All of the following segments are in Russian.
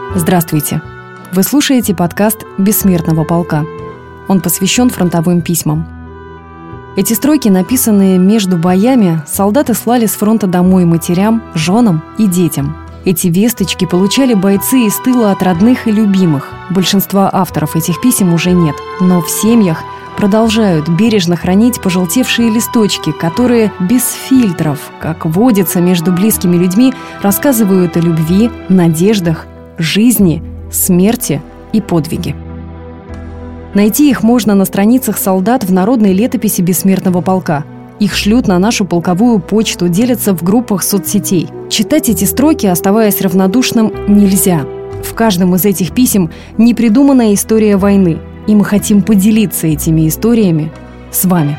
Здравствуйте! Вы слушаете подкаст «Бессмертного полка». Он посвящен фронтовым письмам. Эти строки, написанные между боями, солдаты слали с фронта домой матерям, женам и детям. Эти весточки получали бойцы из тыла от родных и любимых. Большинства авторов этих писем уже нет, но в семьях продолжают бережно хранить пожелтевшие листочки, которые без фильтров, как водится между близкими людьми, рассказывают о любви, надеждах, жизни, смерти и подвиге. Найти их можно на страницах солдат в народной летописи «Бессмертного полка». Их шлют на нашу полковую почту, делятся в группах соцсетей. Читать эти строки, оставаясь равнодушным, нельзя. В каждом из этих писем непридуманная история войны, и мы хотим поделиться этими историями с вами.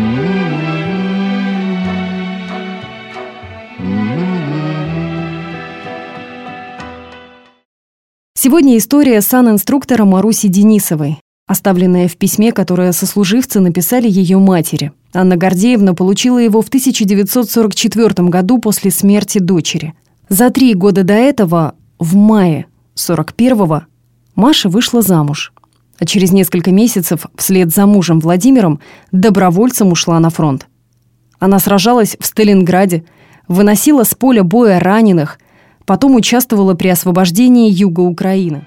Сегодня история санинструктора Маруси Денисовой, оставленная в письме, которое сослуживцы написали ее матери. Анна Гордеевна получила его в 1944 году после смерти дочери. За 3 года до этого, в мае 1941-го, Маша вышла замуж. А через несколько месяцев вслед за мужем Владимиром добровольцем ушла на фронт. Она сражалась в Сталинграде, выносила с поля боя раненых, потом участвовала при освобождении юга Украины.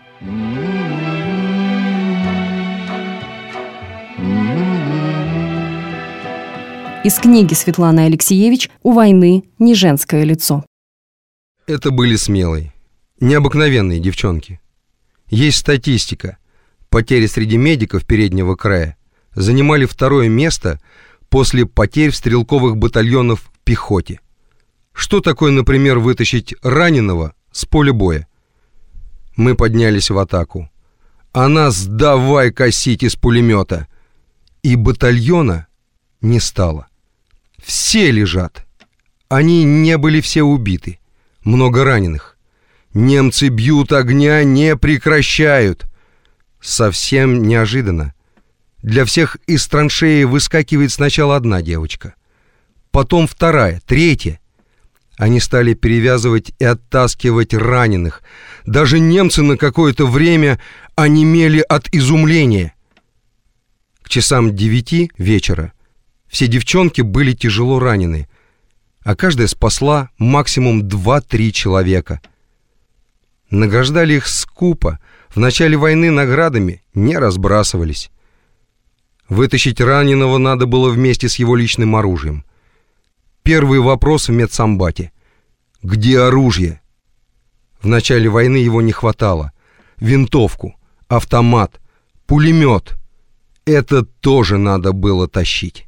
Из книги Светланы Алексеевич «У войны не женское лицо». Это были смелые, необыкновенные девчонки. Есть статистика. Потери среди медиков переднего края занимали 2-е место после потерь в стрелковых батальонах в пехоте. Что такое, например, вытащить раненого с поля боя? Мы поднялись в атаку. А нас давай косить из пулемета. И батальона не стало. Все лежат. Они не были все убиты. Много раненых. Немцы бьют, огня не прекращают. Совсем неожиданно. Для всех из траншеи выскакивает сначала одна девочка. Потом 2-я, 3-я. Они стали перевязывать и оттаскивать раненых. Даже немцы на какое-то время онемели от изумления. К часам 9 вечера все девчонки были тяжело ранены, а каждая спасла максимум 2-3 человека. Награждали их скупо, в начале войны наградами не разбрасывались. Вытащить раненого надо было вместе с его личным оружием. Первый вопрос в медсанбате: где оружие? В начале войны его не хватало. Винтовку, автомат, пулемет — это тоже надо было тащить.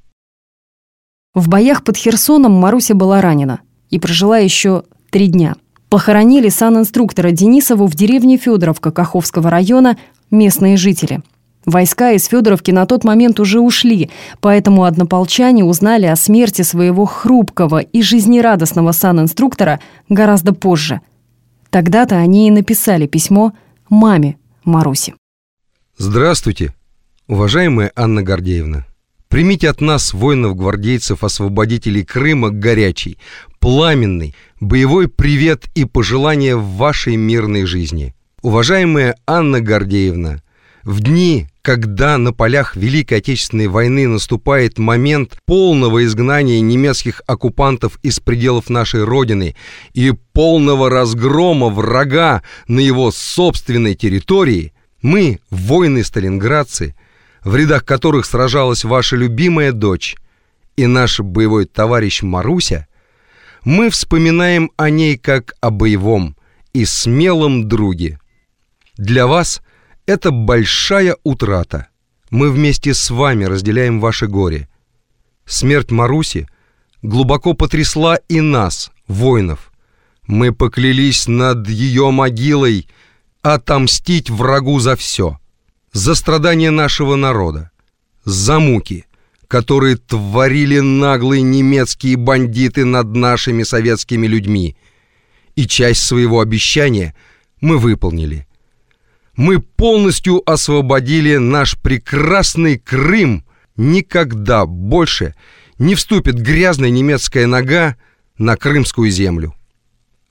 В боях под Херсоном Маруся была ранена и прожила еще 3 дня. Похоронили санинструктора Денисову в деревне Федоровка Каховского района местные жители. Войска из Федоровки на тот момент уже ушли, поэтому однополчане узнали о смерти своего хрупкого и жизнерадостного санинструктора гораздо позже. Тогда-то они и написали письмо маме Маруси. Здравствуйте, уважаемая Анна Гордеевна. Примите от нас, воинов-гвардейцев-освободителей Крыма, горячий, пламенный, боевой привет и пожелания в вашей мирной жизни. Уважаемая Анна Гордеевна, в дни, когда на полях Великой Отечественной войны наступает момент полного изгнания немецких оккупантов из пределов нашей Родины и полного разгрома врага на его собственной территории, мы, воины-сталинградцы, в рядах которых сражалась ваша любимая дочь и наш боевой товарищ Маруся, мы вспоминаем о ней как о боевом и смелом друге. Для вас это большая утрата. Мы вместе с вами разделяем ваше горе. Смерть Маруси глубоко потрясла и нас, воинов. Мы поклялись над ее могилой отомстить врагу за все. За страдания нашего народа, за муки, которые творили наглые немецкие бандиты над нашими советскими людьми. И часть своего обещания мы выполнили. Мы полностью освободили наш прекрасный Крым. Никогда больше не вступит грязная немецкая нога на крымскую землю.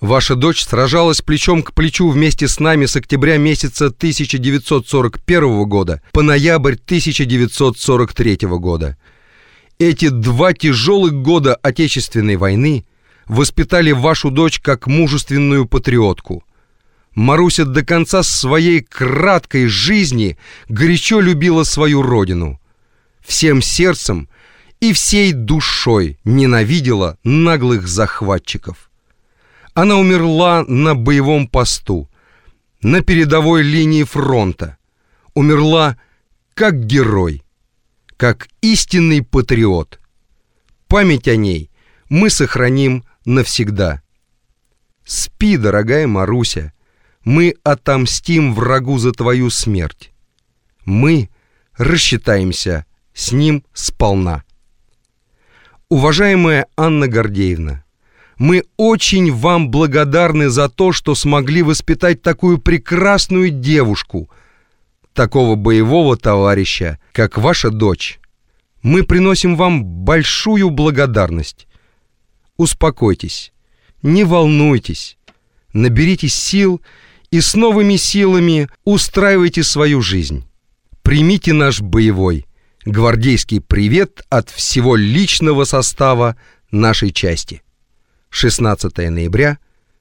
Ваша дочь сражалась плечом к плечу вместе с нами с октября месяца 1941 года по ноябрь 1943 года. Эти 2 тяжелых года Отечественной войны воспитали вашу дочь как мужественную патриотку. Маруся до конца своей краткой жизни горячо любила свою родину. Всем сердцем и всей душой ненавидела наглых захватчиков. Она умерла на боевом посту, на передовой линии фронта. Умерла как герой, как истинный патриот. Память о ней мы сохраним навсегда. Спи, дорогая Маруся, мы отомстим врагу за твою смерть. Мы рассчитаемся с ним сполна. Уважаемая Анна Гордеевна, мы очень вам благодарны за то, что смогли воспитать такую прекрасную девушку, такого боевого товарища, как ваша дочь. Мы приносим вам большую благодарность. Успокойтесь, не волнуйтесь, наберитесь сил и с новыми силами устраивайте свою жизнь. Примите наш боевой, гвардейский привет от всего личного состава нашей части. 16 ноября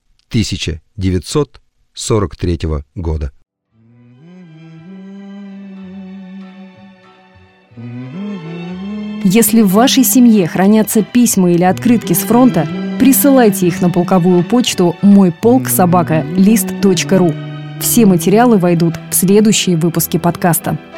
1943 года. Если в вашей семье хранятся письма или открытки с фронта, присылайте их на полковую почту мойполк@list.ru. Все материалы войдут в следующие выпуски подкаста.